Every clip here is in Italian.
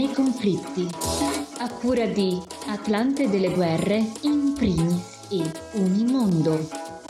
nei conflitti, a cura di Atlante delle Guerre, in primis e Unimondo.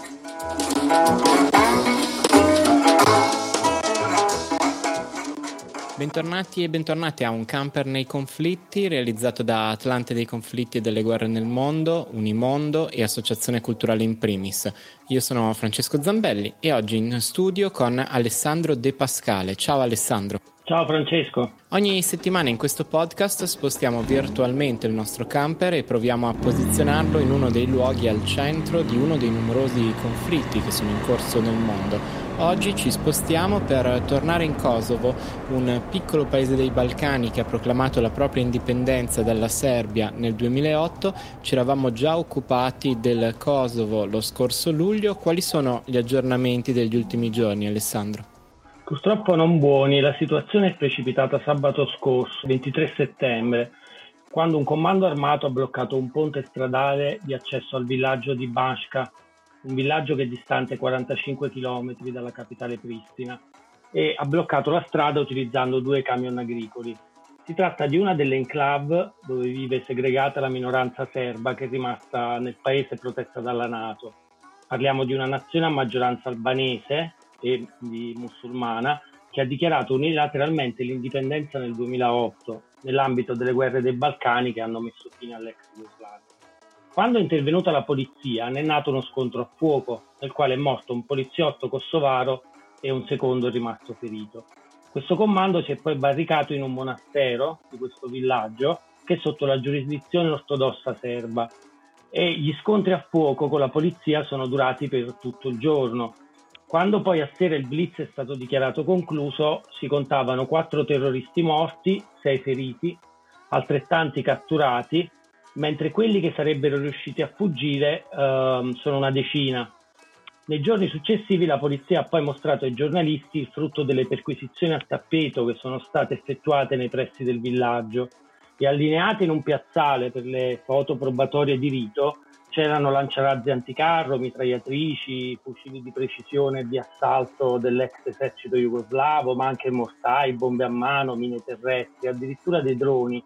Bentornati e bentornati a Un camper nei conflitti, realizzato da Atlante dei conflitti e delle guerre nel mondo, Unimondo e Associazione Culturale in primis. Io sono Francesco Zambelli e oggi in studio con Alessandro De Pascale. Ciao Alessandro. Ciao Francesco. Ogni settimana in questo podcast spostiamo virtualmente il nostro camper e proviamo a posizionarlo in uno dei luoghi al centro di uno dei numerosi conflitti che sono in corso nel mondo. Oggi ci spostiamo per tornare in Kosovo, un piccolo paese dei Balcani che ha proclamato la propria indipendenza dalla Serbia nel 2008. Ci eravamo già occupati del Kosovo lo scorso luglio. Quali sono gli aggiornamenti degli ultimi giorni, Alessandro? Purtroppo non buoni. La situazione è precipitata sabato scorso, 23 settembre, quando un comando armato ha bloccato un ponte stradale di accesso al villaggio di Baška, un villaggio che è distante 45 km dalla capitale Pristina, e ha bloccato la strada utilizzando 2 camion agricoli. Si tratta di una delle enclave dove vive segregata la minoranza serba che è rimasta nel paese protetta dalla NATO. Parliamo di una nazione a maggioranza albanese e di musulmana che ha dichiarato unilateralmente l'indipendenza nel 2008 nell'ambito delle guerre dei Balcani che hanno messo fine all'ex Jugoslavia. Quando è intervenuta la polizia ne è nato uno scontro a fuoco nel quale è morto un poliziotto kosovaro e un secondo è rimasto ferito. Questo comando si è poi barricato in un monastero di questo villaggio che è sotto la giurisdizione ortodossa serba e gli scontri a fuoco con la polizia sono durati per tutto il giorno. Quando poi a sera il blitz è stato dichiarato concluso, si contavano 4 terroristi morti, 6 feriti, altrettanti catturati, mentre quelli che sarebbero riusciti a fuggire sono una decina. Nei giorni successivi la polizia ha poi mostrato ai giornalisti il frutto delle perquisizioni a tappeto che sono state effettuate nei pressi del villaggio e allineate in un piazzale per le foto probatorie di rito c'erano lanciarazzi anticarro, mitragliatrici, fucili di precisione e di assalto dell'ex esercito jugoslavo, ma anche mortai, bombe a mano, mine terrestri, addirittura dei droni.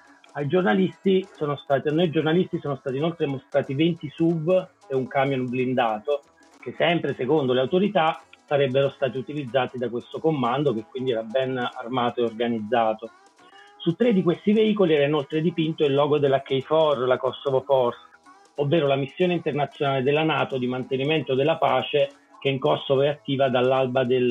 A noi giornalisti sono stati inoltre mostrati 20 SUV e un camion blindato che sempre secondo le autorità sarebbero stati utilizzati da questo comando che quindi era ben armato e organizzato. Su 3 di questi veicoli era inoltre dipinto il logo della KFOR, la Kosovo Force, ovvero la missione internazionale della NATO di mantenimento della pace che in Kosovo è attiva dall'alba del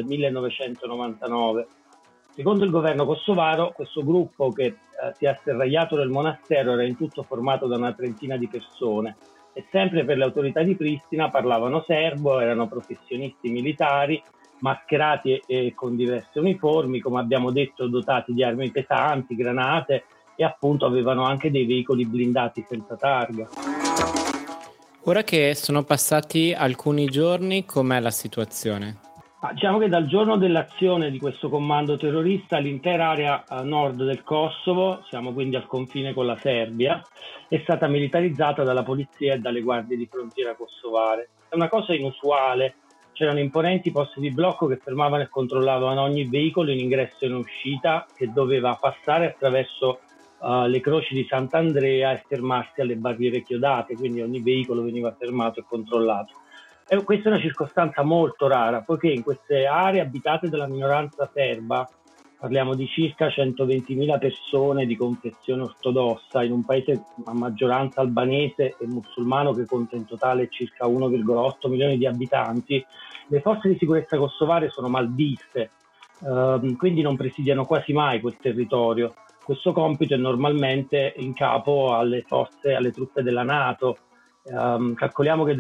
1999. Secondo il governo kosovaro, questo gruppo che si è asserragliato nel monastero era in tutto formato da una trentina di persone e sempre per le autorità di Pristina parlavano serbo, erano professionisti militari, mascherati e con diverse uniformi, come abbiamo detto dotati di armi pesanti, granate e appunto avevano anche dei veicoli blindati senza targa. Ora che sono passati alcuni giorni, com'è la situazione? Diciamo che dal giorno dell'azione di questo comando terrorista l'intera area a nord del Kosovo, siamo quindi al confine con la Serbia, è stata militarizzata dalla polizia e dalle guardie di frontiera kosovare. È una cosa inusuale, c'erano imponenti posti di blocco che fermavano e controllavano ogni veicolo in ingresso e in uscita che doveva passare attraverso le croci di Sant'Andrea e fermarsi alle barriere chiodate, quindi ogni veicolo veniva fermato e controllato. E questa è una circostanza molto rara, poiché in queste aree abitate dalla minoranza serba, parliamo di circa 120.000 persone di confessione ortodossa, in un paese a maggioranza albanese e musulmano che conta in totale circa 1,8 milioni di abitanti, le forze di sicurezza kosovare sono malviste, quindi non presidiano quasi mai quel territorio. Questo compito è normalmente in capo alle truppe della NATO. Calcoliamo che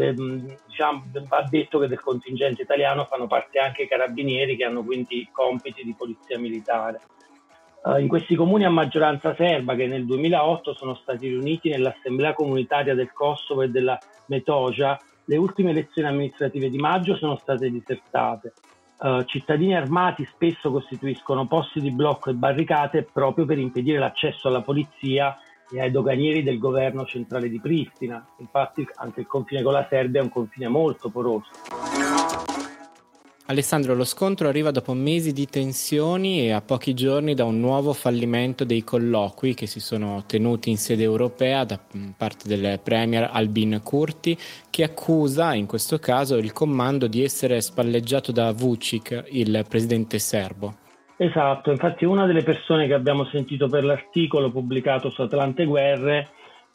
va detto che del contingente italiano fanno parte anche i carabinieri che hanno quindi compiti di polizia militare. In questi comuni a maggioranza serba che nel 2008 sono stati riuniti nell'Assemblea comunitaria del Kosovo e della Metoja, le ultime elezioni amministrative di maggio sono state disertate. Cittadini armati spesso costituiscono posti di blocco e barricate proprio per impedire l'accesso alla polizia e ai doganieri del governo centrale di Pristina. Infatti anche il confine con la Serbia è un confine molto poroso. Alessandro, lo scontro arriva dopo mesi di tensioni e a pochi giorni da un nuovo fallimento dei colloqui che si sono tenuti in sede europea da parte del premier Albin Kurti, che accusa in questo caso il comando di essere spalleggiato da Vučić, il presidente serbo. Esatto, infatti una delle persone che abbiamo sentito per l'articolo pubblicato su Atlante Guerre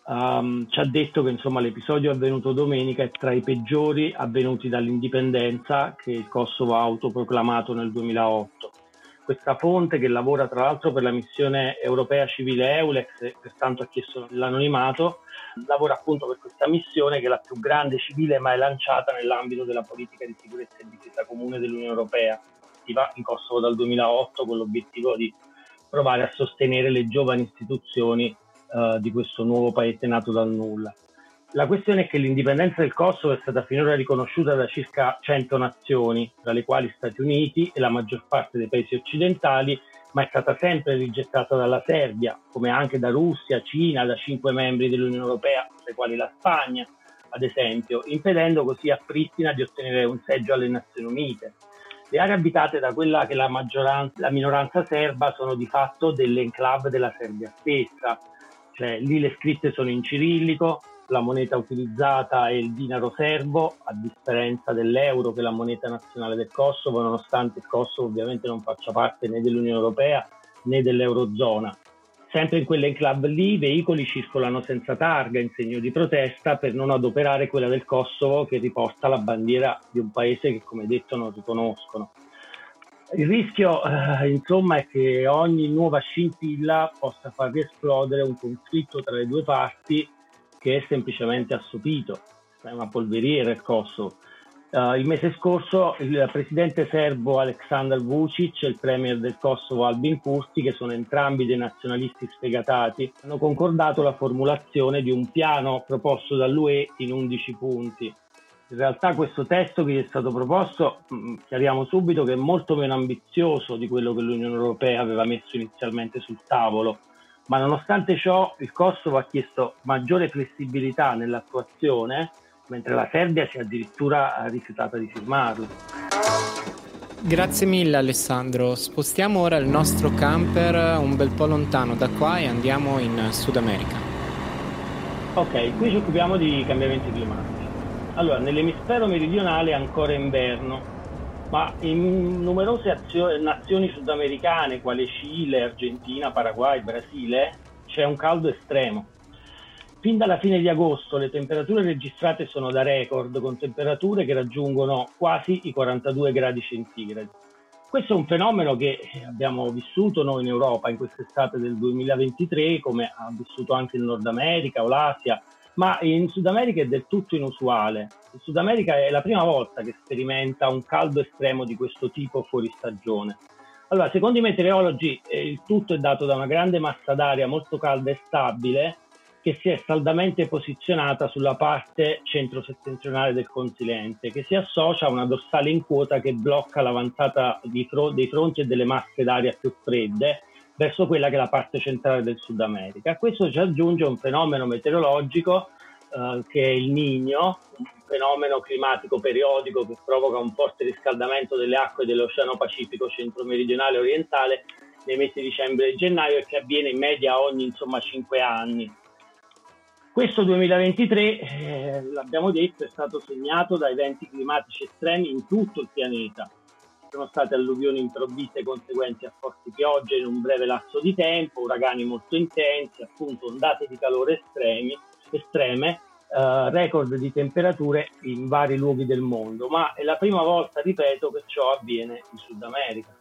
ci ha detto che l'episodio avvenuto domenica è tra i peggiori avvenuti dall'indipendenza che il Kosovo ha autoproclamato nel 2008. Questa fonte, che lavora tra l'altro per la missione europea civile EULEX e pertanto ha chiesto l'anonimato, lavora appunto per questa missione che è la più grande civile mai lanciata nell'ambito della politica di sicurezza e difesa comune dell'Unione Europea, attiva in Kosovo dal 2008 con l'obiettivo di provare a sostenere le giovani istituzioni di questo nuovo paese nato dal nulla. La questione è che l'indipendenza del Kosovo è stata finora riconosciuta da circa 100 nazioni, tra le quali Stati Uniti e la maggior parte dei paesi occidentali, ma è stata sempre rigettata dalla Serbia, come anche da Russia, Cina, da 5 membri dell'Unione Europea, tra i quali la Spagna, ad esempio, impedendo così a Pristina di ottenere un seggio alle Nazioni Unite. Le aree abitate da quella che la minoranza serba sono di fatto delle enclave della Serbia stessa. Cioè, lì le scritte sono in cirillico, la moneta utilizzata è il dinaro serbo, a differenza dell'euro che è la moneta nazionale del Kosovo, nonostante il Kosovo ovviamente non faccia parte né dell'Unione Europea né dell'Eurozona. Sempre in quell'enclave lì i veicoli circolano senza targa in segno di protesta per non adoperare quella del Kosovo che riporta la bandiera di un paese che, come detto, non riconoscono. Il rischio, è che ogni nuova scintilla possa far riesplodere un conflitto tra le due parti che è semplicemente assopito. È una polveriera il Kosovo. Il mese scorso il presidente serbo Aleksandar Vučić e il premier del Kosovo Albin Kurti, che sono entrambi dei nazionalisti sfegatati, hanno concordato la formulazione di un piano proposto dall'UE in 11 punti. In realtà questo testo che gli è stato proposto, chiariamo subito che è molto meno ambizioso di quello che l'Unione Europea aveva messo inizialmente sul tavolo, ma nonostante ciò il Kosovo ha chiesto maggiore flessibilità nell'attuazione, mentre la Serbia si è addirittura rifiutata di firmarlo. Grazie mille Alessandro, spostiamo ora il nostro camper un bel po' lontano da qua e andiamo in Sud America. Ok, qui ci occupiamo di cambiamenti climatici. Allora, nell'emisfero meridionale è ancora inverno, ma in numerose nazioni sudamericane, quali Cile, Argentina, Paraguay, Brasile, c'è un caldo estremo. Fin dalla fine di agosto le temperature registrate sono da record, con temperature che raggiungono quasi i 42 gradi centigradi. Questo è un fenomeno che abbiamo vissuto noi in Europa in quest'estate del 2023, come ha vissuto anche il Nord America o l'Asia, ma in Sud America è del tutto inusuale. Il Sud America è la prima volta che sperimenta un caldo estremo di questo tipo fuori stagione. Allora, secondo i meteorologi, il tutto è dato da una grande massa d'aria molto calda e stabile che si è saldamente posizionata sulla parte centro-settentrionale del continente, che si associa a una dorsale in quota che blocca l'avanzata dei fronti e delle masse d'aria più fredde verso quella che è la parte centrale del Sud America. A questo ci aggiunge un fenomeno meteorologico che è il Niño, un fenomeno climatico periodico che provoca un forte riscaldamento delle acque dell'Oceano Pacifico centro-meridionale e orientale nei mesi di dicembre e gennaio e che avviene in media ogni 5 anni. Questo 2023, l'abbiamo detto, è stato segnato da eventi climatici estremi in tutto il pianeta. Sono state alluvioni improvvise conseguenti a forti piogge in un breve lasso di tempo, uragani molto intensi, appunto ondate di calore estreme, record di temperature in vari luoghi del mondo, ma è la prima volta, ripeto, che ciò avviene in Sud America.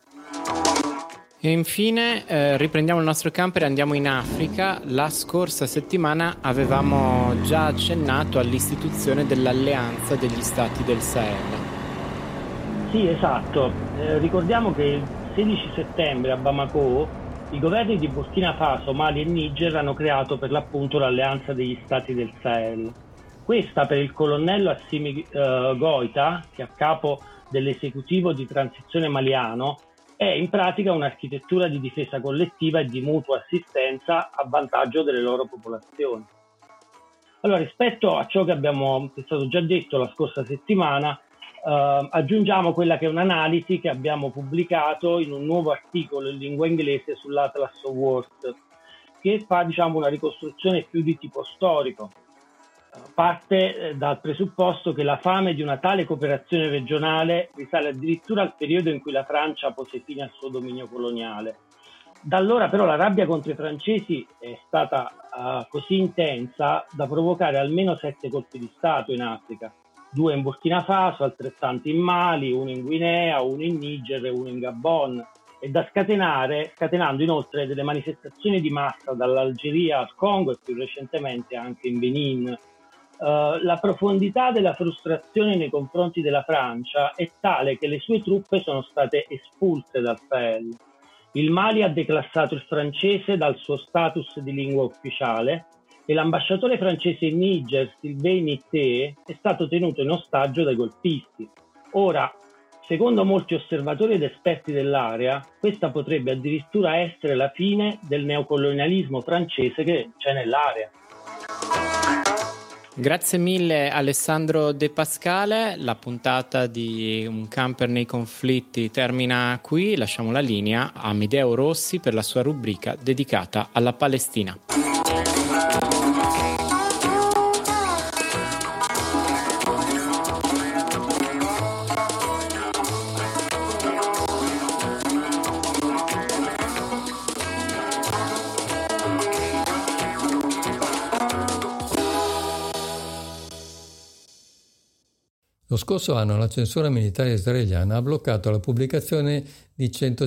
E infine riprendiamo il nostro camper e andiamo in Africa. La scorsa settimana avevamo già accennato all'istituzione dell'Alleanza degli Stati del Sahel. Sì, esatto. Ricordiamo che il 16 settembre a Bamako i governi di Burkina Faso, Mali e Niger hanno creato per l'appunto l'Alleanza degli Stati del Sahel. Questa per il colonnello Assimi Goïta, che è a capo dell'esecutivo di transizione maliano, è in pratica un'architettura di difesa collettiva e di mutua assistenza a vantaggio delle loro popolazioni. Allora, rispetto a ciò che è stato già detto la scorsa settimana, Aggiungiamo quella che è un'analisi che abbiamo pubblicato in un nuovo articolo in lingua inglese sull'Atlas of Wars, che fa una ricostruzione più di tipo storico. Parte dal presupposto che la fame di una tale cooperazione regionale risale addirittura al periodo in cui la Francia pose fine al suo dominio coloniale. Da allora però la rabbia contro i francesi è stata così intensa da provocare almeno 7 colpi di Stato in Africa, 2 in Burkina Faso, altrettanti in Mali, 1 in Guinea, 1 in Niger e 1 in Gabon, e scatenando inoltre delle manifestazioni di massa dall'Algeria al Congo e più recentemente anche in Benin. La profondità della frustrazione nei confronti della Francia è tale che le sue truppe sono state espulse dal Sahel. Il Mali ha declassato il francese dal suo status di lingua ufficiale e l'ambasciatore francese in Niger, Sylvain Nité, è stato tenuto in ostaggio dai golpisti. Ora, secondo molti osservatori ed esperti dell'area, questa potrebbe addirittura essere la fine del neocolonialismo francese che c'è nell'area. Grazie mille Alessandro De Pascale, la puntata di Un camper nei conflitti termina qui, lasciamo la linea a Amedeo Rossi per la sua rubrica dedicata alla Palestina. Lo scorso anno la censura militare israeliana ha bloccato la pubblicazione di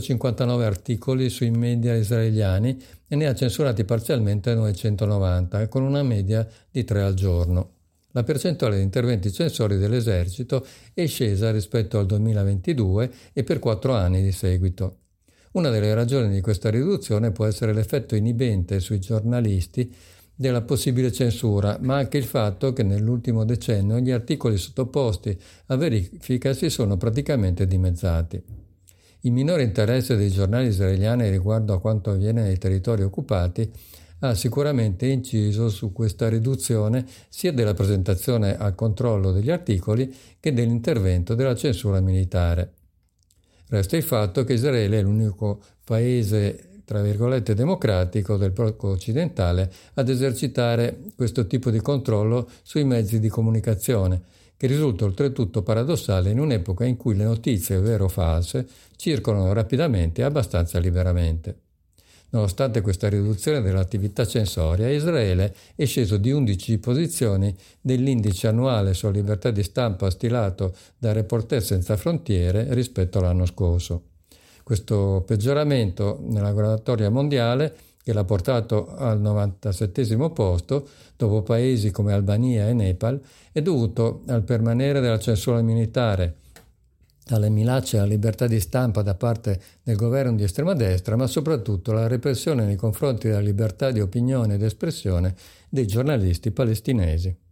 159 articoli sui media israeliani e ne ha censurati parzialmente 990, con una media di 3 al giorno. La percentuale di interventi censori dell'esercito è scesa rispetto al 2022 e per 4 anni di seguito. Una delle ragioni di questa riduzione può essere l'effetto inibente sui giornalisti della possibile censura, ma anche il fatto che nell'ultimo decennio gli articoli sottoposti a verifica si sono praticamente dimezzati. Il minore interesse dei giornali israeliani riguardo a quanto avviene nei territori occupati ha sicuramente inciso su questa riduzione sia della presentazione al controllo degli articoli che dell'intervento della censura militare. Resta il fatto che Israele è l'unico paese tra virgolette democratico del blocco occidentale ad esercitare questo tipo di controllo sui mezzi di comunicazione, che risulta oltretutto paradossale in un'epoca in cui le notizie, vere o false, circolano rapidamente e abbastanza liberamente. Nonostante questa riduzione dell'attività censoria, Israele è sceso di 11 posizioni nell'indice annuale sulla libertà di stampa stilato da Reporters Senza Frontiere rispetto all'anno scorso. Questo peggioramento nella graduatoria mondiale, che l'ha portato al 97° posto, dopo paesi come Albania e Nepal, è dovuto al permanere della censura militare, alle minacce alla libertà di stampa da parte del governo di estrema destra, ma soprattutto alla repressione nei confronti della libertà di opinione ed espressione dei giornalisti palestinesi.